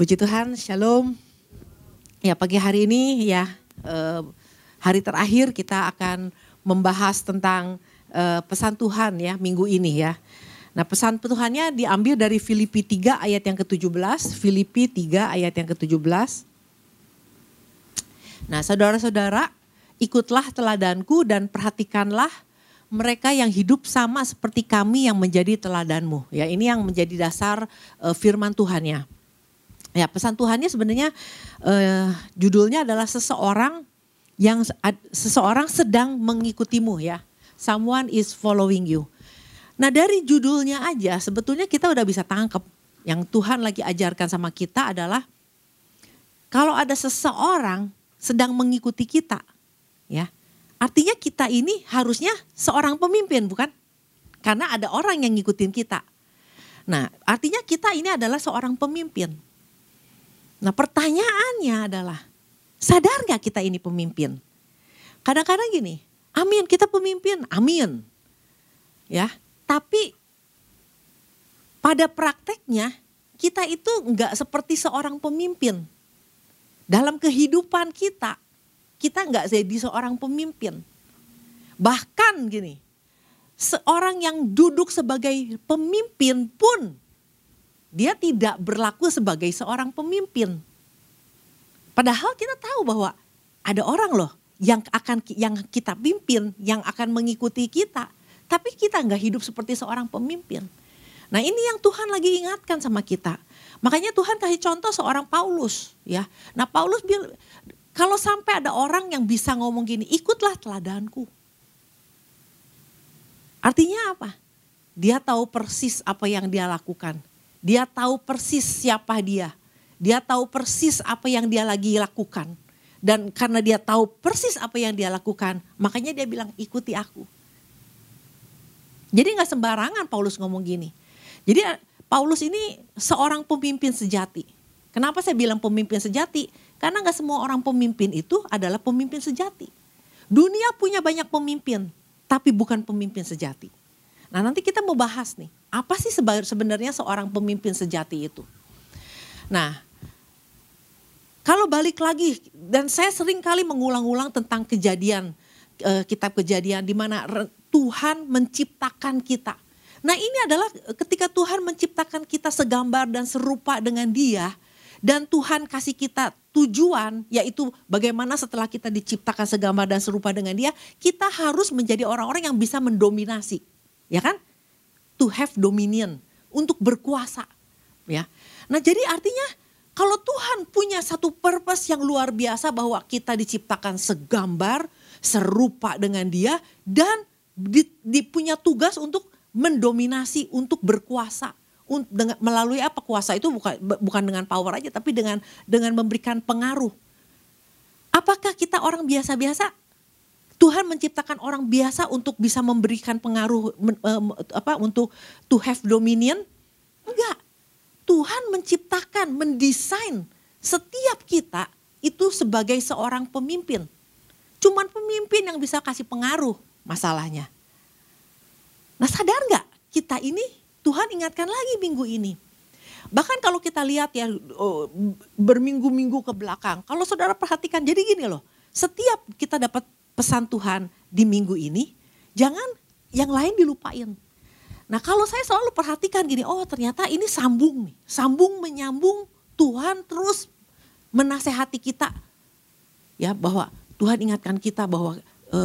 Puji Tuhan, Shalom. Ya, pagi hari ini ya hari terakhir kita akan membahas tentang pesan Tuhan ya minggu ini ya. Nah, pesan Tuhannya diambil dari Filipi 3 ayat yang ke-17, Filipi 3 ayat yang ke-17. Nah, saudara-saudara, ikutlah teladanku dan perhatikanlah mereka yang hidup sama seperti kami yang menjadi teladanmu. Ya, ini yang menjadi dasar firman Tuhannya. Ya, pesan Tuhannya sebenarnya judulnya adalah seseorang sedang mengikutimu ya. Someone is following you. Nah, dari judulnya aja sebetulnya kita udah bisa tangkap yang Tuhan lagi ajarkan sama kita adalah kalau ada seseorang sedang mengikuti kita ya. Artinya kita ini harusnya seorang pemimpin, bukan? Karena ada orang yang ngikutin kita. Nah, artinya kita ini adalah seorang pemimpin. Nah, pertanyaannya adalah, sadar gak kita ini pemimpin? Kadang-kadang gini, amin kita pemimpin, amin. Ya, tapi pada prakteknya kita itu gak seperti seorang pemimpin. Dalam kehidupan kita gak jadi seorang pemimpin. Bahkan gini, seorang yang duduk sebagai pemimpin pun dia tidak berlaku sebagai seorang pemimpin. Padahal kita tahu bahwa ada orang loh yang kita pimpin, yang akan mengikuti kita. Tapi kita nggak hidup seperti seorang pemimpin. Nah, ini yang Tuhan lagi ingatkan sama kita. Makanya Tuhan kasih contoh seorang Paulus ya. Nah, Paulus bilang kalau sampai ada orang yang bisa ngomong gini, ikutlah teladanku. Artinya apa? Dia tahu persis apa yang dia lakukan. Dia tahu persis siapa dia. Dia tahu persis apa yang dia lagi lakukan. Dan karena dia tahu persis apa yang dia lakukan, makanya dia bilang ikuti aku. Jadi gak sembarangan Paulus ngomong gini. Jadi Paulus ini seorang pemimpin sejati. Kenapa saya bilang pemimpin sejati? Karena gak semua orang pemimpin itu adalah pemimpin sejati. Dunia punya banyak pemimpin, tapi bukan pemimpin sejati. Nah, nanti kita mau bahas nih, apa sih sebenarnya seorang pemimpin sejati itu? Nah, kalau balik lagi, dan saya sering kali mengulang-ulang tentang kejadian, kitab Kejadian di mana Tuhan menciptakan kita. Nah, ini adalah ketika Tuhan menciptakan kita segambar dan serupa dengan Dia, dan Tuhan kasih kita tujuan, yaitu bagaimana setelah kita diciptakan segambar dan serupa dengan Dia, kita harus menjadi orang-orang yang bisa mendominasi. Ya kan? To have dominion, untuk berkuasa. Ya. Nah, jadi artinya kalau Tuhan punya satu purpose yang luar biasa bahwa kita diciptakan segambar, serupa dengan Dia dan punya tugas untuk mendominasi, untuk berkuasa. Melalui apa kuasa itu bukan dengan power aja, tapi dengan memberikan pengaruh. Apakah kita orang biasa-biasa? Tuhan menciptakan orang biasa untuk bisa memberikan pengaruh untuk to have dominion? Enggak. Tuhan menciptakan, mendesain setiap kita itu sebagai seorang pemimpin. Cuman pemimpin yang bisa kasih pengaruh masalahnya. Nah, sadar enggak kita ini Tuhan ingatkan lagi minggu ini. Bahkan kalau kita lihat ya berminggu-minggu ke belakang. Kalau saudara perhatikan jadi gini loh. Setiap kita dapat pesan Tuhan di minggu ini, jangan yang lain dilupain. Nah, kalau saya selalu perhatikan gini, oh ternyata ini sambung nih. Sambung menyambung, Tuhan terus menasehati kita. Ya, bahwa Tuhan ingatkan kita bahwa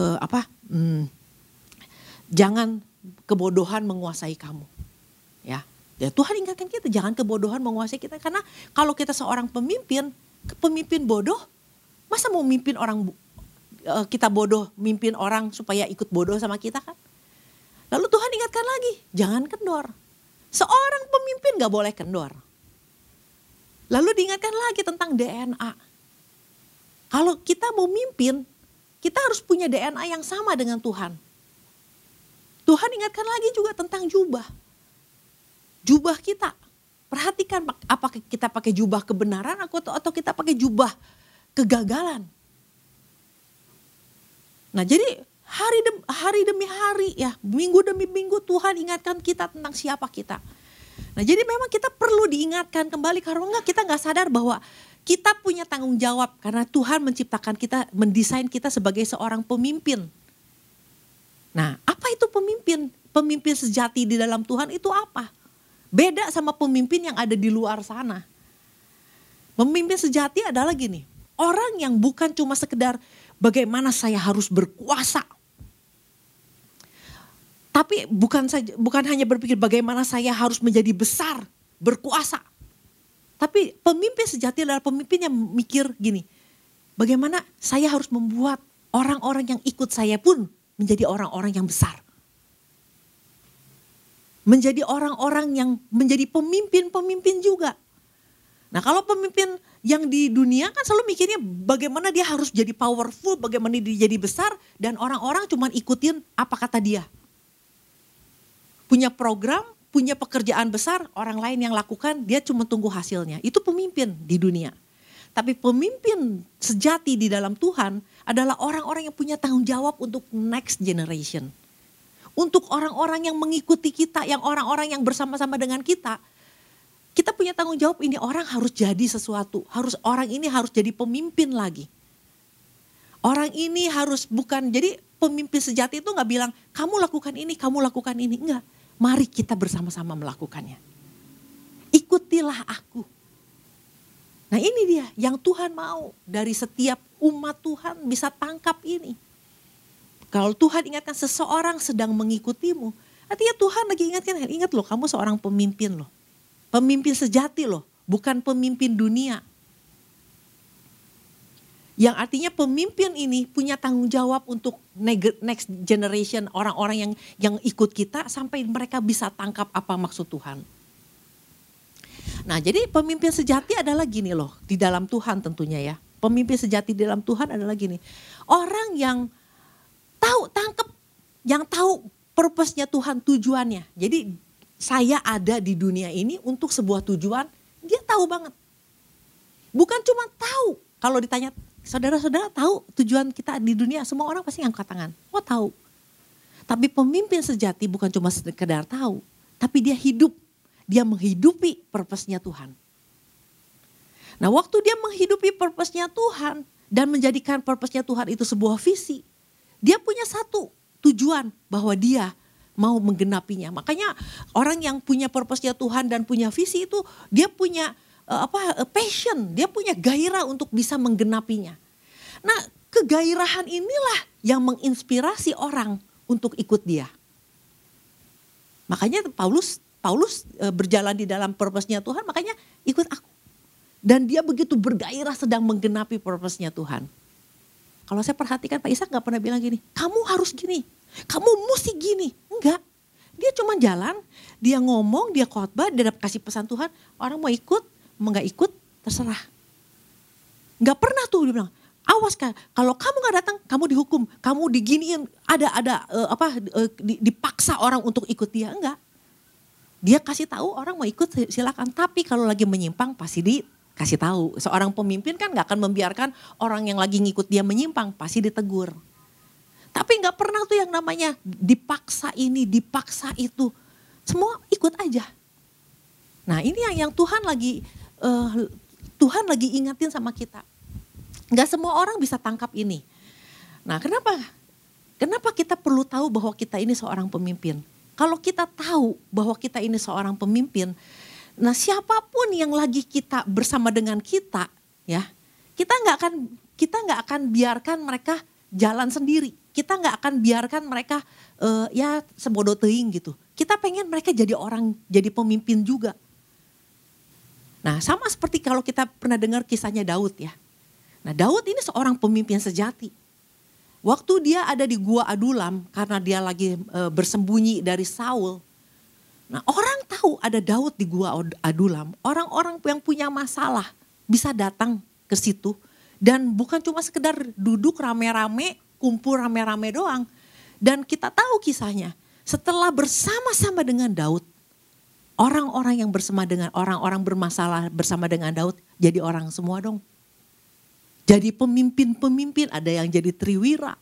jangan kebodohan menguasai kamu. Ya, Tuhan ingatkan kita jangan kebodohan menguasai kita. Karena kalau kita seorang pemimpin bodoh, masa mau mimpin orang kita bodoh, mimpin orang supaya ikut bodoh sama kita kan. Lalu Tuhan ingatkan lagi, jangan kendor. Seorang pemimpin gak boleh kendor. Lalu diingatkan lagi tentang DNA. Kalau kita mau mimpin, kita harus punya DNA yang sama dengan Tuhan. Tuhan ingatkan lagi juga tentang jubah. Jubah kita. Perhatikan apakah kita pakai jubah kebenaran atau kita pakai jubah kegagalan. Nah, jadi hari demi hari ya, minggu demi minggu Tuhan ingatkan kita tentang siapa kita. Nah jadi memang kita perlu diingatkan kembali, kalau enggak kita nggak sadar bahwa kita punya tanggung jawab karena Tuhan menciptakan kita, mendesain kita sebagai seorang pemimpin. Nah apa itu pemimpin? Pemimpin sejati di dalam Tuhan itu apa? Beda sama pemimpin yang ada di luar sana. Pemimpin sejati adalah gini, orang yang bukan cuma sekedar bagaimana saya harus berkuasa. Tapi bukan hanya berpikir bagaimana saya harus menjadi besar, berkuasa. Tapi pemimpin sejati adalah pemimpin yang mikir gini, bagaimana saya harus membuat orang-orang yang ikut saya pun menjadi orang-orang yang besar. Menjadi orang-orang yang menjadi pemimpin-pemimpin juga. Nah kalau pemimpin yang di dunia kan selalu mikirnya bagaimana dia harus jadi powerful, bagaimana dia jadi besar, dan orang-orang cuma ikutin apa kata dia. Punya program, punya pekerjaan besar, orang lain yang lakukan, dia cuma tunggu hasilnya. Itu pemimpin di dunia. Tapi pemimpin sejati di dalam Tuhan adalah orang-orang yang punya tanggung jawab untuk next generation. Untuk orang-orang yang mengikuti kita, yang orang-orang yang bersama-sama dengan kita. Kita punya tanggung jawab, ini orang harus jadi sesuatu. Orang ini harus jadi pemimpin lagi. Orang ini harus bukan, jadi pemimpin sejati itu gak bilang, kamu lakukan ini, enggak. Mari kita bersama-sama melakukannya. Ikutilah aku. Nah ini dia yang Tuhan mau dari setiap umat Tuhan bisa tangkap ini. Kalau Tuhan ingatkan seseorang sedang mengikutimu, artinya Tuhan lagi ingatkan, ingat loh kamu seorang pemimpin loh. Pemimpin sejati loh, bukan pemimpin dunia. Yang artinya pemimpin ini punya tanggung jawab untuk next generation, orang-orang yang ikut kita sampai mereka bisa tangkap apa maksud Tuhan. Nah jadi pemimpin sejati adalah gini loh, di dalam Tuhan tentunya ya. Pemimpin sejati di dalam Tuhan adalah gini, orang yang yang tahu purpose-nya Tuhan, tujuannya. Jadi saya ada di dunia ini untuk sebuah tujuan, dia tahu banget. Bukan cuma tahu, kalau ditanya, saudara-saudara tahu tujuan kita di dunia, semua orang pasti angkat tangan. Oh tahu. Tapi pemimpin sejati bukan cuma sekedar tahu, tapi dia hidup. Dia menghidupi purpose-nya Tuhan. Nah waktu dia menghidupi purpose-nya Tuhan dan menjadikan purpose-nya Tuhan itu sebuah visi, dia punya satu tujuan bahwa dia mau menggenapinya. Makanya orang yang punya purpose-nya Tuhan dan punya visi itu dia punya passion, dia punya gairah untuk bisa menggenapinya. Nah, kegairahan inilah yang menginspirasi orang untuk ikut dia. Makanya Paulus berjalan di dalam purpose-nya Tuhan, makanya ikut aku. Dan dia begitu bergairah sedang menggenapi purpose-nya Tuhan. Kalau saya perhatikan Pak Ishak gak pernah bilang gini, kamu harus gini, kamu mesti gini. Enggak, dia cuma jalan, dia ngomong, dia khotbah, dia kasih pesan Tuhan, orang mau ikut, mau gak ikut, terserah. Gak pernah tuh dia bilang, awas kan, kalau kamu gak datang, kamu dihukum, kamu diginiin, dipaksa orang untuk ikut dia, enggak. Dia kasih tahu orang mau ikut silakan, tapi kalau lagi menyimpang pasti dikasih tahu. Seorang pemimpin kan gak akan membiarkan orang yang lagi ngikut dia menyimpang, pasti ditegur. Tapi gak pernah tuh yang namanya dipaksa ini, dipaksa itu. Semua ikut aja. Nah ini yang Tuhan lagi ingatin sama kita. Gak semua orang bisa tangkap ini. Nah kenapa kita perlu tahu bahwa kita ini seorang pemimpin? Kalau kita tahu bahwa kita ini seorang pemimpin, nah siapapun yang lagi kita bersama dengan kita, ya, kita nggak akan biarkan mereka jalan sendiri. Kita nggak akan biarkan mereka sebodoh teuing gitu. Kita pengen mereka jadi pemimpin juga. Nah sama seperti kalau kita pernah dengar kisahnya Daud ya. Nah Daud ini seorang pemimpin sejati. Waktu dia ada di Gua Adulam karena dia lagi bersembunyi dari Saul. Nah orang tahu ada Daud di Gua Adulam. Orang-orang yang punya masalah bisa datang ke situ. Dan bukan cuma sekedar duduk rame-rame, kumpul rame-rame doang. Dan kita tahu kisahnya. Setelah bersama-sama dengan Daud, orang-orang yang orang-orang bermasalah bersama dengan Daud jadi orang semua dong. Jadi pemimpin-pemimpin, ada yang jadi triwira.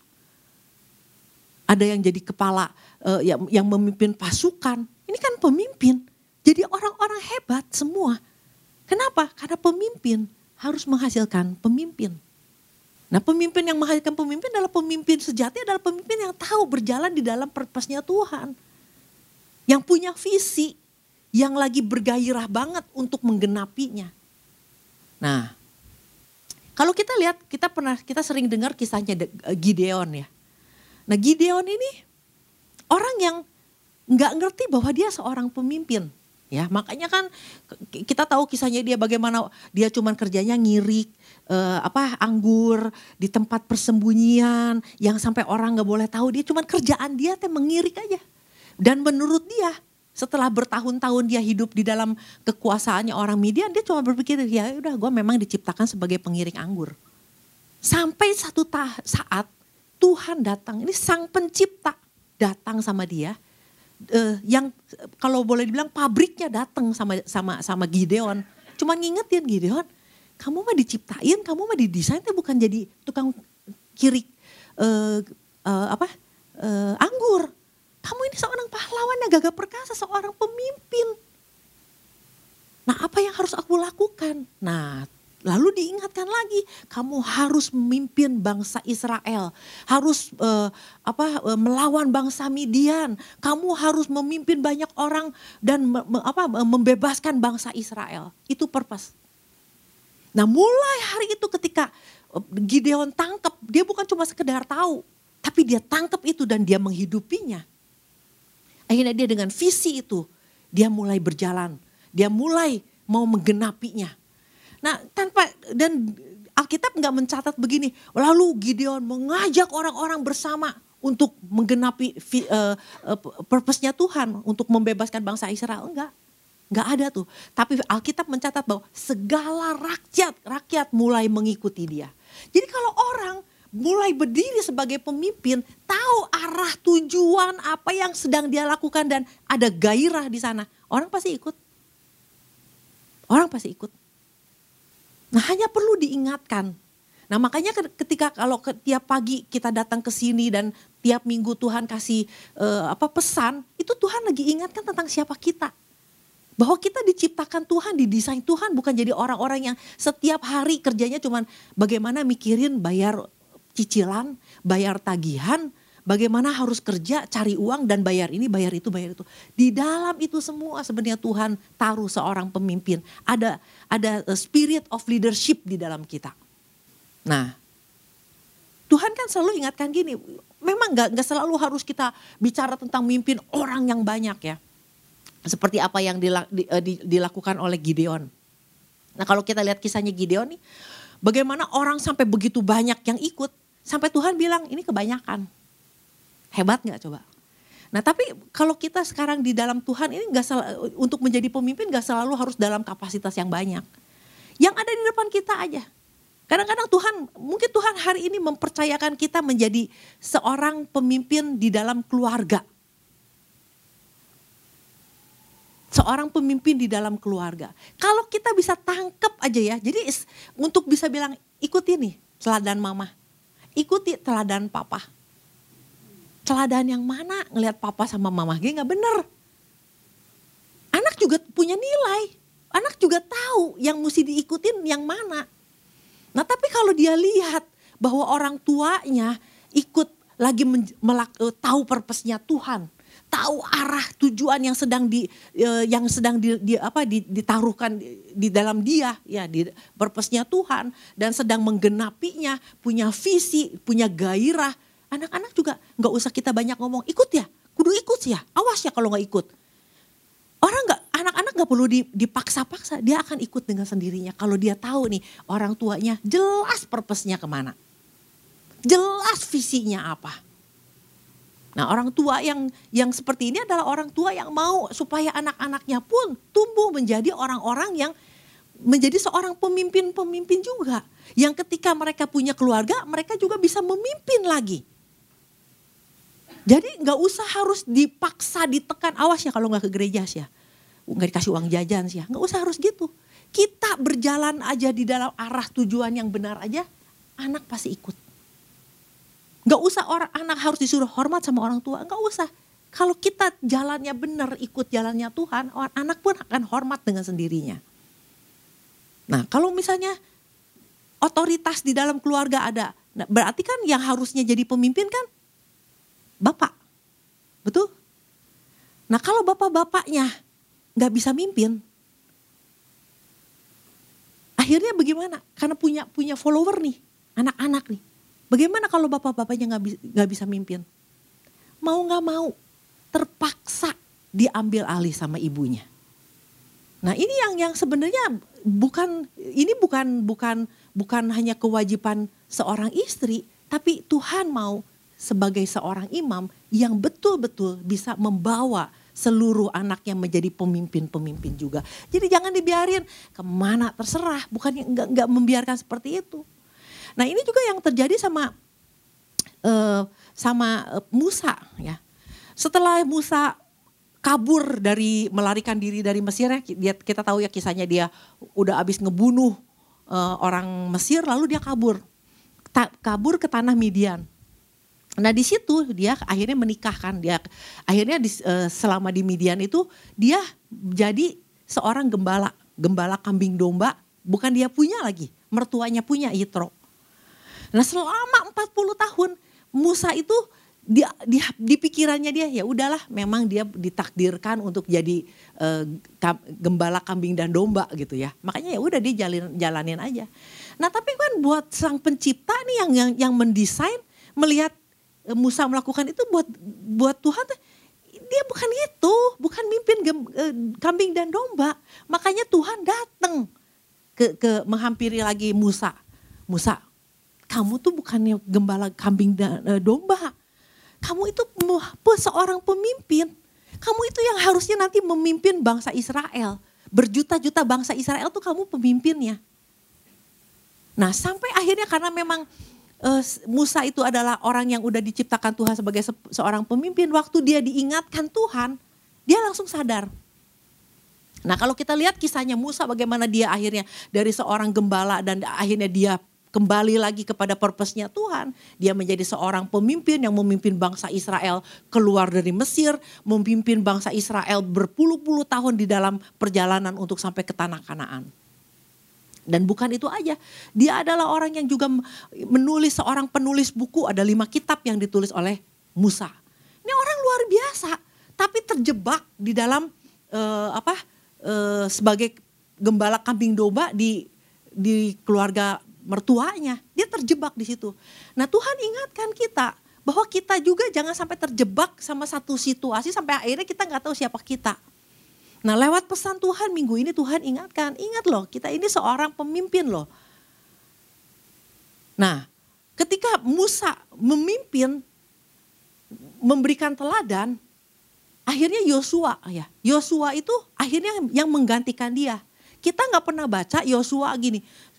Ada yang jadi kepala yang memimpin pasukan. Ini kan pemimpin. Jadi orang-orang hebat semua. Kenapa? Karena pemimpin harus menghasilkan pemimpin. Nah, pemimpin yang menghasilkan pemimpin adalah pemimpin sejati, adalah pemimpin yang tahu berjalan di dalam purpose-nya Tuhan. Yang punya visi, yang lagi bergairah banget untuk menggenapinya. Nah, kalau kita lihat, kita sering dengar kisahnya Gideon ya. Nah, Gideon ini orang yang nggak ngerti bahwa dia seorang pemimpin. Ya, makanya kan kita tahu kisahnya dia bagaimana dia cuman kerjanya ngirik anggur di tempat persembunyian yang sampai orang nggak boleh tahu, dia cuman kerjaan dia teh mengirik aja. Dan menurut dia setelah bertahun-tahun dia hidup di dalam kekuasaannya orang Midian, dia cuma berpikir ya udah gue memang diciptakan sebagai pengiring anggur. Sampai satu saat Tuhan datang, ini sang pencipta datang sama dia. Yang kalau boleh dibilang pabriknya datang sama Gideon. Cuman ngingetin Gideon, kamu mah diciptain, kamu mah didesain tuh bukan jadi tukang kirik anggur. Kamu ini seorang pahlawan yang gagah perkasa, seorang pemimpin. Nah, apa yang harus aku lakukan? Nah, lalu diingatkan lagi, kamu harus memimpin bangsa Israel, harus melawan bangsa Midian. Kamu harus memimpin banyak orang dan membebaskan bangsa Israel. Itu purpose. Nah, mulai hari itu ketika Gideon tangkap, dia bukan cuma sekedar tahu, tapi dia tangkap itu dan dia menghidupinya. Akhirnya dia dengan visi itu, dia mulai berjalan, dia mulai mau menggenapinya. Nah, dan Alkitab nggak mencatat begini, lalu Gideon mengajak orang-orang bersama untuk menggenapi purpose-nya Tuhan untuk membebaskan bangsa Israel. Enggak ada tuh. Tapi Alkitab mencatat bahwa segala rakyat mulai mengikuti dia. Jadi kalau orang mulai berdiri sebagai pemimpin, tahu arah tujuan apa yang sedang dia lakukan dan ada gairah di sana, orang pasti ikut. Orang pasti ikut. Nah, hanya perlu diingatkan. Nah, makanya ketika kalau tiap pagi kita datang ke sini dan tiap minggu Tuhan kasih pesan, itu Tuhan lagi ingatkan tentang siapa kita. Bahwa kita diciptakan Tuhan, didesain Tuhan, bukan jadi orang-orang yang setiap hari kerjanya cuman bagaimana mikirin bayar cicilan, bayar tagihan, bagaimana harus kerja, cari uang dan bayar ini, bayar itu, bayar itu. Di dalam itu semua sebenarnya Tuhan taruh seorang pemimpin. Ada spirit of leadership di dalam kita. Nah, Tuhan kan selalu ingatkan gini, memang gak selalu harus kita bicara tentang mimpin orang yang banyak ya. Seperti apa yang dilakukan oleh Gideon. Nah, kalau kita lihat kisahnya Gideon nih, bagaimana orang sampai begitu banyak yang ikut, sampai Tuhan bilang ini kebanyakan. Hebat gak coba? Nah, tapi kalau kita sekarang di dalam Tuhan ini untuk menjadi pemimpin gak selalu harus dalam kapasitas yang banyak. Yang ada di depan kita aja. Kadang-kadang mungkin Tuhan hari ini mempercayakan kita menjadi seorang pemimpin di dalam keluarga. Seorang pemimpin di dalam keluarga. Kalau kita bisa tangkap aja ya, jadi untuk bisa bilang ikuti nih teladan mama, ikuti teladan papa. Teladan yang mana ngelihat papa sama mama gak bener. Anak juga punya nilai, anak juga tahu yang mesti diikutin yang mana. Nah, tapi kalau dia lihat bahwa orang tuanya ikut lagi tahu purpose-nya Tuhan, tahu arah tujuan yang sedang ditaruhkan di dalam dia, ya di purpose-nya Tuhan dan sedang menggenapinya, punya visi, punya gairah. Anak-anak juga nggak usah kita banyak ngomong, ikut ya, kudu ikut ya, awas ya kalau nggak ikut. Anak-anak nggak perlu dipaksa-paksa, dia akan ikut dengan sendirinya. Kalau dia tahu nih orang tuanya jelas purpose-nya kemana, jelas visinya apa. Nah, orang tua yang seperti ini adalah orang tua yang mau supaya anak-anaknya pun tumbuh menjadi orang-orang yang menjadi seorang pemimpin-pemimpin juga. Yang ketika mereka punya keluarga, mereka juga bisa memimpin lagi. Jadi gak usah harus dipaksa, ditekan, awas ya kalau gak ke gereja sih ya. Gak dikasih uang jajan sih ya, gak usah harus gitu. Kita berjalan aja di dalam arah tujuan yang benar aja, anak pasti ikut. Gak usah anak harus disuruh hormat sama orang tua, gak usah. Kalau kita jalannya benar, ikut jalannya Tuhan, anak pun akan hormat dengan sendirinya. Nah, kalau misalnya otoritas di dalam keluarga ada, nah, berarti kan yang harusnya jadi pemimpin kan bapak, betul? Nah, kalau bapak-bapaknya nggak bisa mimpin, akhirnya bagaimana? Karena punya follower nih, anak-anak nih. Bagaimana kalau bapak-bapaknya nggak bisa mimpin? Mau nggak mau, terpaksa diambil alih sama ibunya. Nah, ini yang sebenarnya bukan hanya kewajiban seorang istri, tapi Tuhan mau sebagai seorang imam yang betul-betul bisa membawa seluruh anaknya menjadi pemimpin-pemimpin juga. Jadi jangan dibiarin kemana terserah, bukannya enggak membiarkan seperti itu. Nah, ini juga yang terjadi sama Musa ya. Setelah Musa kabur melarikan diri dari Mesir, kita tahu ya kisahnya, dia udah habis ngebunuh orang Mesir, lalu dia kabur ke tanah Midian. Nah, di situ dia akhirnya menikahkan, dia akhirnya selama di Midian itu dia jadi seorang gembala kambing domba, bukan dia punya lagi, mertuanya punya, Yitro. Nah, selama 40 tahun Musa itu di pikirannya dia, ya udahlah, memang dia ditakdirkan untuk jadi gembala kambing dan domba gitu ya. Makanya ya udah dia jalanin aja. Nah, tapi kan buat sang pencipta nih yang mendesain, melihat Musa melakukan itu, buat Tuhan, dia bukan itu, bukan mimpin kambing dan domba. Makanya Tuhan datang ke menghampiri lagi Musa. Musa, kamu tuh bukannya gembala kambing dan domba. Kamu itu seorang pemimpin. Kamu itu yang harusnya nanti memimpin bangsa Israel. Berjuta-juta bangsa Israel tuh kamu pemimpinnya. Nah, sampai akhirnya karena memang Musa itu adalah orang yang udah diciptakan Tuhan sebagai seorang pemimpin. Waktu dia diingatkan Tuhan, dia langsung sadar. Nah, kalau kita lihat kisahnya Musa, bagaimana dia akhirnya dari seorang gembala dan akhirnya dia kembali lagi kepada purpose-nya Tuhan. Dia menjadi seorang pemimpin yang memimpin bangsa Israel keluar dari Mesir, memimpin bangsa Israel berpuluh-puluh tahun di dalam perjalanan untuk sampai ke tanah Kanaan. Dan bukan itu aja, dia adalah orang yang juga menulis, seorang penulis buku, ada 5 kitab yang ditulis oleh Musa. Ini orang luar biasa, tapi terjebak di dalam sebagai gembala kambing domba di keluarga mertuanya. Dia terjebak di situ. Nah, Tuhan ingatkan kita bahwa kita juga jangan sampai terjebak sama satu situasi sampai akhirnya kita nggak tahu siapa kita. Nah, lewat pesan Tuhan minggu ini Tuhan ingatkan, ingat loh, kita ini seorang pemimpin loh. Nah, ketika Musa memimpin, memberikan teladan, akhirnya Yosua itu akhirnya yang menggantikan dia. Kita nggak pernah baca Yosua gini.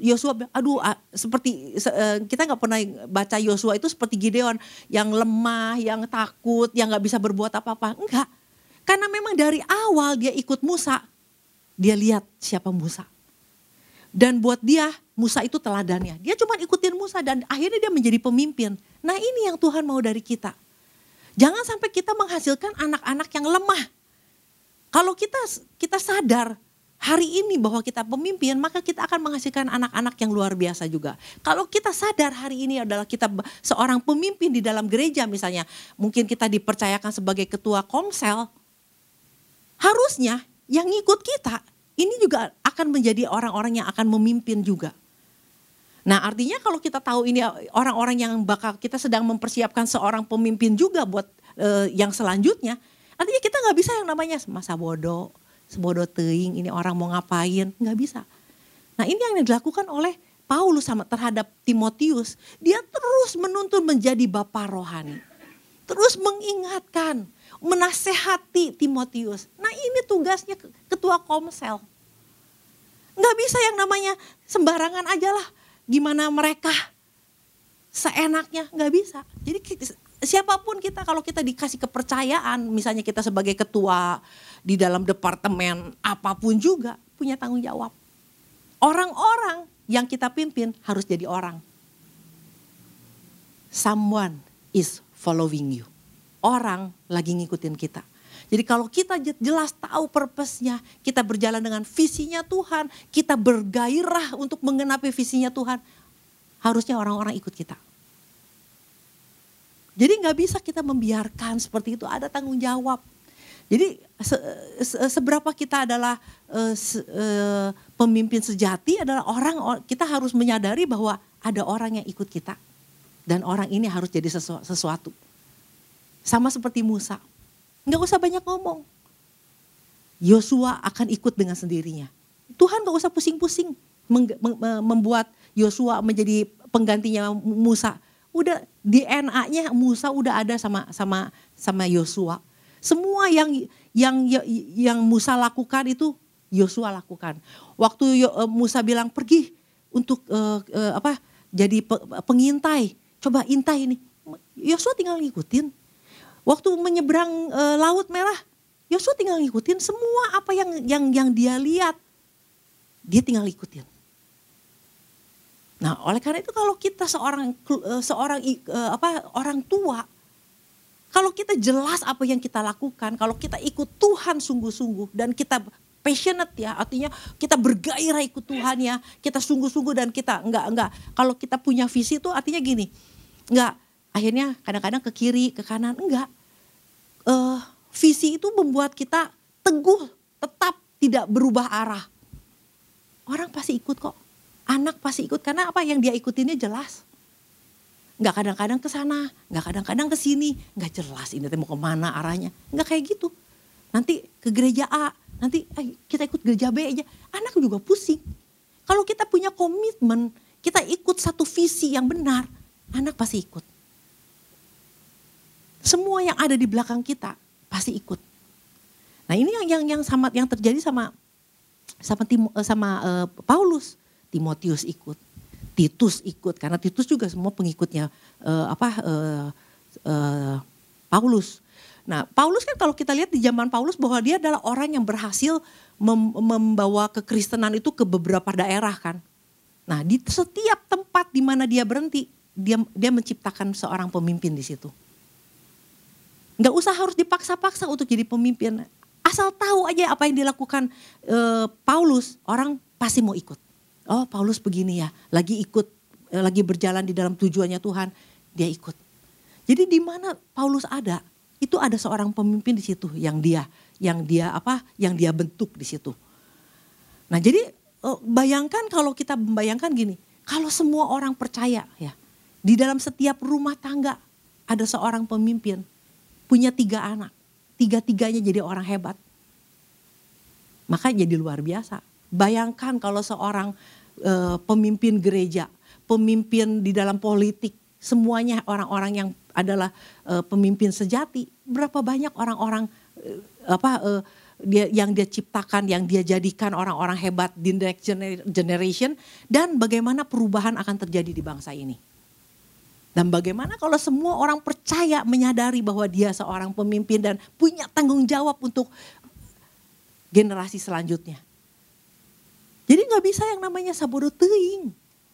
Kita nggak pernah baca Yosua itu seperti Gideon yang lemah, yang takut, yang nggak bisa berbuat apa-apa. Enggak. Karena memang dari awal dia ikut Musa, dia lihat siapa Musa. Dan buat dia Musa itu teladannya. Dia cuma ikutin Musa dan akhirnya dia menjadi pemimpin. Nah, ini yang Tuhan mau dari kita. Jangan sampai kita menghasilkan anak-anak yang lemah. Kalau kita sadar hari ini bahwa kita pemimpin, maka kita akan menghasilkan anak-anak yang luar biasa juga. Kalau kita sadar hari ini adalah kita seorang pemimpin di dalam gereja misalnya, mungkin kita dipercayakan sebagai ketua komsel, harusnya yang ngikut kita ini juga akan menjadi orang-orang yang akan memimpin juga. Nah, artinya kalau kita tahu ini orang-orang yang bakal kita sedang mempersiapkan seorang pemimpin juga buat yang selanjutnya, artinya kita nggak bisa yang namanya masa bodoh. Sebodoh teing, ini orang mau ngapain, nggak bisa. Nah, ini yang dilakukan oleh Paulus terhadap Timotius. Dia terus menuntun menjadi bapak rohani. Terus mengingatkan, menasehati Timotius. Nah, ini tugasnya ketua komsel. Nggak bisa yang namanya sembarangan aja lah. Gimana mereka seenaknya, nggak bisa. Jadi siapapun kita, kalau kita dikasih kepercayaan, misalnya kita sebagai ketua di dalam departemen apapun juga punya tanggung jawab. Orang-orang yang kita pimpin harus jadi orang. Someone is following you. orang lagi ngikutin kita. Jadi kalau kita jelas tahu purpose-nya, kita berjalan dengan visinya Tuhan, kita bergairah untuk menggenapi visinya Tuhan, harusnya orang-orang ikut kita. Jadi gak bisa kita membiarkan seperti itu, ada tanggung jawab. Jadi seberapa kita adalah pemimpin sejati adalah kita harus menyadari bahwa ada orang yang ikut kita. Dan orang ini harus jadi sesuatu. Sama seperti Musa. Gak usah banyak ngomong. Yosua akan ikut dengan sendirinya. Tuhan gak usah pusing-pusing membuat Yosua menjadi penggantinya Musa. Udah DNA-nya Musa udah ada sama Yosua. Semua yang Musa lakukan itu Yosua lakukan. Waktu Musa bilang pergi untuk jadi pengintai, coba intai ini. Yosua tinggal ngikutin. Waktu menyeberang Laut Merah, Yosua tinggal ngikutin semua apa yang dia lihat, dia tinggal ikutin. Nah, oleh karena itu kalau kita orang tua, kalau kita jelas apa yang kita lakukan, kalau kita ikut Tuhan sungguh-sungguh dan kita passionate ya, artinya kita bergairah ikut Tuhan ya, kita sungguh-sungguh dan kita enggak. Kalau kita punya visi itu artinya gini, enggak akhirnya kadang-kadang ke kiri, ke kanan, enggak. Visi itu membuat kita teguh, tetap tidak berubah arah. Orang pasti ikut kok, anak pasti ikut karena apa yang dia ikutinnya jelas. Enggak kadang-kadang ke sana, enggak kadang-kadang ke sini, enggak jelas ini mau kemana arahnya. Enggak kayak gitu. Nanti ke gereja A, nanti kita ikut gereja B aja. Anak juga pusing. Kalau kita punya komitmen, kita ikut satu visi yang benar, anak pasti ikut. Semua yang ada di belakang kita pasti ikut. Nah ini yang terjadi sama Paulus. Timotius ikut. Titus ikut karena Titus juga semua pengikutnya Paulus. Nah, Paulus kan kalau kita lihat di zaman Paulus bahwa dia adalah orang yang berhasil membawa kekristenan itu ke beberapa daerah kan. Nah, di setiap tempat di mana dia berhenti, dia menciptakan seorang pemimpin di situ. Nggak usah harus dipaksa-paksa untuk jadi pemimpin. Asal tahu aja apa yang dilakukan Paulus, orang pasti mau ikut. Oh Paulus begini ya, lagi berjalan di dalam tujuannya Tuhan, dia ikut. Jadi di mana Paulus ada, itu ada seorang pemimpin di situ yang dia bentuk di situ. Nah jadi bayangkan kalau kita membayangkan gini, kalau semua orang percaya ya, di dalam setiap rumah tangga ada seorang pemimpin, punya 3 anak, 3-3-nya jadi orang hebat. Maka jadi luar biasa. Bayangkan kalau seorang pemimpin gereja, pemimpin di dalam politik, semuanya orang-orang yang adalah pemimpin sejati. Berapa banyak orang-orang yang dia ciptakan, yang dia jadikan orang-orang hebat di next generation. Dan bagaimana perubahan akan terjadi di bangsa ini. Dan bagaimana kalau semua orang percaya menyadari bahwa dia seorang pemimpin dan punya tanggung jawab untuk generasi selanjutnya. Jadi gak bisa yang namanya sabodo teuing.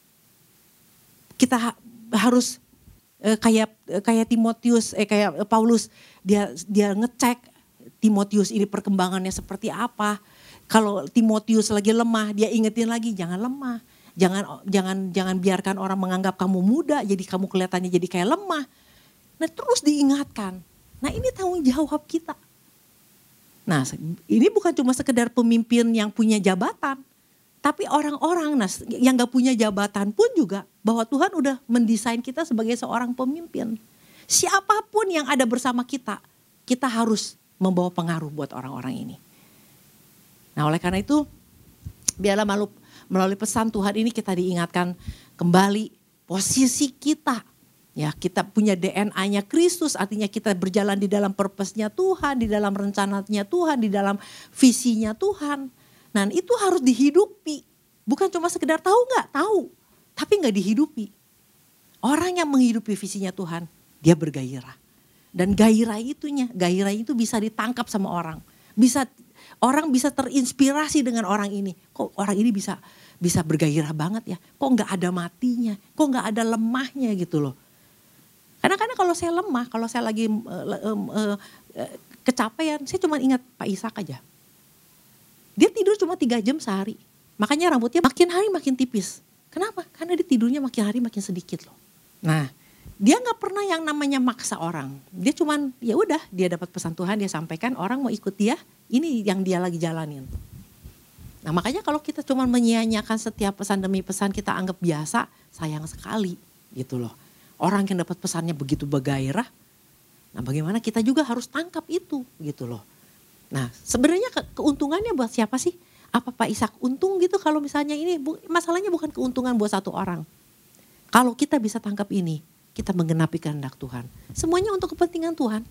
Kita harus kayak Timotius, kayak Paulus, dia ngecek Timotius ini perkembangannya seperti apa. Kalau Timotius lagi lemah, dia ingetin lagi jangan lemah. Jangan biarkan orang menganggap kamu muda, jadi kamu kelihatannya jadi kayak lemah. Nah terus diingatkan. Nah ini tanggung jawab kita. Nah ini bukan cuma sekedar pemimpin yang punya jabatan. Tapi orang-orang yang gak punya jabatan pun juga bahwa Tuhan udah mendesain kita sebagai seorang pemimpin. Siapapun yang ada bersama kita, kita harus membawa pengaruh buat orang-orang ini. Nah oleh karena itu, biarlah melalui pesan Tuhan ini kita diingatkan kembali posisi kita. Ya, kita punya DNA-nya Kristus, artinya kita berjalan di dalam purpose-nya Tuhan, di dalam rencananya Tuhan, di dalam visinya Tuhan. Nah itu harus dihidupi. Bukan cuma sekedar tahu gak? Tahu. Tapi gak dihidupi. Orang yang menghidupi visinya Tuhan, dia bergairah. Dan gairah itu bisa ditangkap sama orang. Orang bisa terinspirasi dengan orang ini. Kok orang ini bisa bergairah banget ya. Kok gak ada matinya. Kok gak ada lemahnya gitu loh. Kadang-kadang kalau saya lemah, kalau saya lagi kecapean, saya cuma ingat Pak Ishak aja. Dia tidur cuma 3 jam sehari. Makanya rambutnya makin hari makin tipis. Kenapa? Karena dia tidurnya makin hari makin sedikit loh. Nah, dia nggak pernah yang namanya maksa orang. Dia cuman ya udah, dia dapat pesan Tuhan, dia sampaikan, orang mau ikut dia, ini yang dia lagi jalanin. Nah, makanya kalau kita cuman menyia-nyiakan setiap pesan demi pesan kita anggap biasa, sayang sekali gitu loh. Orang yang dapat pesannya begitu bergairah, nah bagaimana kita juga harus tangkap itu gitu loh. Nah, sebenarnya keuntungannya buat siapa sih? Apa Pak Ishak untung gitu kalau misalnya ini, masalahnya bukan keuntungan buat satu orang. Kalau kita bisa tangkap ini, kita menggenapi kehendak Tuhan. Semuanya untuk kepentingan Tuhan.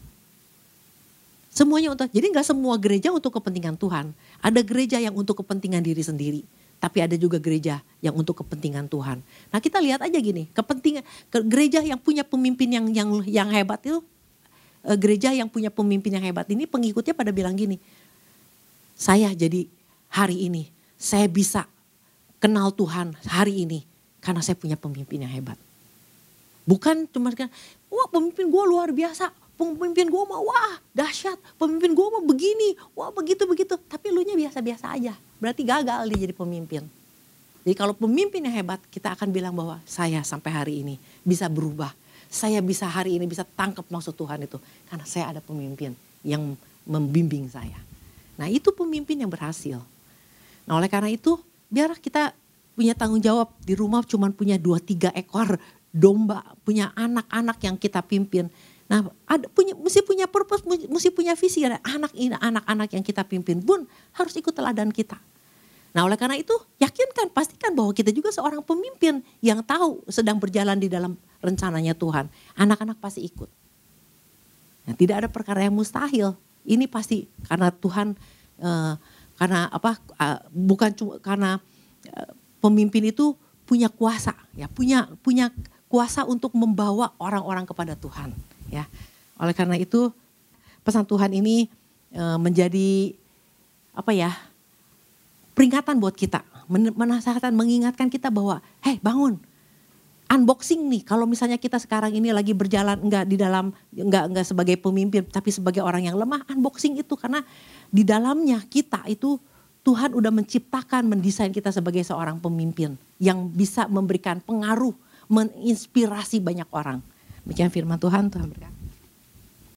Semuanya untuk, jadi gak semua gereja untuk kepentingan Tuhan. Ada gereja yang untuk kepentingan diri sendiri. Tapi ada juga gereja yang untuk kepentingan Tuhan. Nah, kita lihat aja gini, gereja yang punya pemimpin yang hebat itu, gereja yang punya pemimpin yang hebat ini pengikutnya pada bilang gini, saya jadi hari ini, saya bisa kenal Tuhan hari ini karena saya punya pemimpin yang hebat. Bukan cuma wah pemimpin gue luar biasa, pemimpin gue mah wah dahsyat, pemimpin gue mah begini, wah begitu-begitu. Tapi lu nya biasa-biasa aja, berarti gagal dia jadi pemimpin. Jadi kalau pemimpin yang hebat, kita akan bilang bahwa saya sampai hari ini bisa berubah. Saya bisa hari ini bisa tangkap maksud Tuhan itu. Karena saya ada pemimpin yang membimbing saya. Nah itu pemimpin yang berhasil. Nah oleh karena itu biar kita punya tanggung jawab di rumah cuma punya 2-3 ekor domba. Punya anak-anak yang kita pimpin. Nah mesti punya purpose, mesti punya visi. Anak-anak yang kita pimpin pun harus ikut teladan kita. Nah oleh karena itu yakinkan, pastikan bahwa kita juga seorang pemimpin yang tahu sedang berjalan di dalam rencananya Tuhan. Anak-anak pasti ikut. Nah, tidak ada perkara yang mustahil. Ini pasti karena Tuhan, karena apa? Bukan cuma karena pemimpin itu punya kuasa, ya punya kuasa untuk membawa orang-orang kepada Tuhan. Ya, oleh karena itu pesan Tuhan ini menjadi apa ya? Peringatan buat kita, menasihatkan, mengingatkan kita bahwa, hei bangun, unboxing nih. Kalau misalnya kita sekarang ini lagi berjalan enggak sebagai pemimpin, tapi sebagai orang yang lemah, unboxing itu karena di dalamnya kita itu Tuhan udah menciptakan, mendesain kita sebagai seorang pemimpin yang bisa memberikan pengaruh, menginspirasi banyak orang. Demikian firman Tuhan berkata.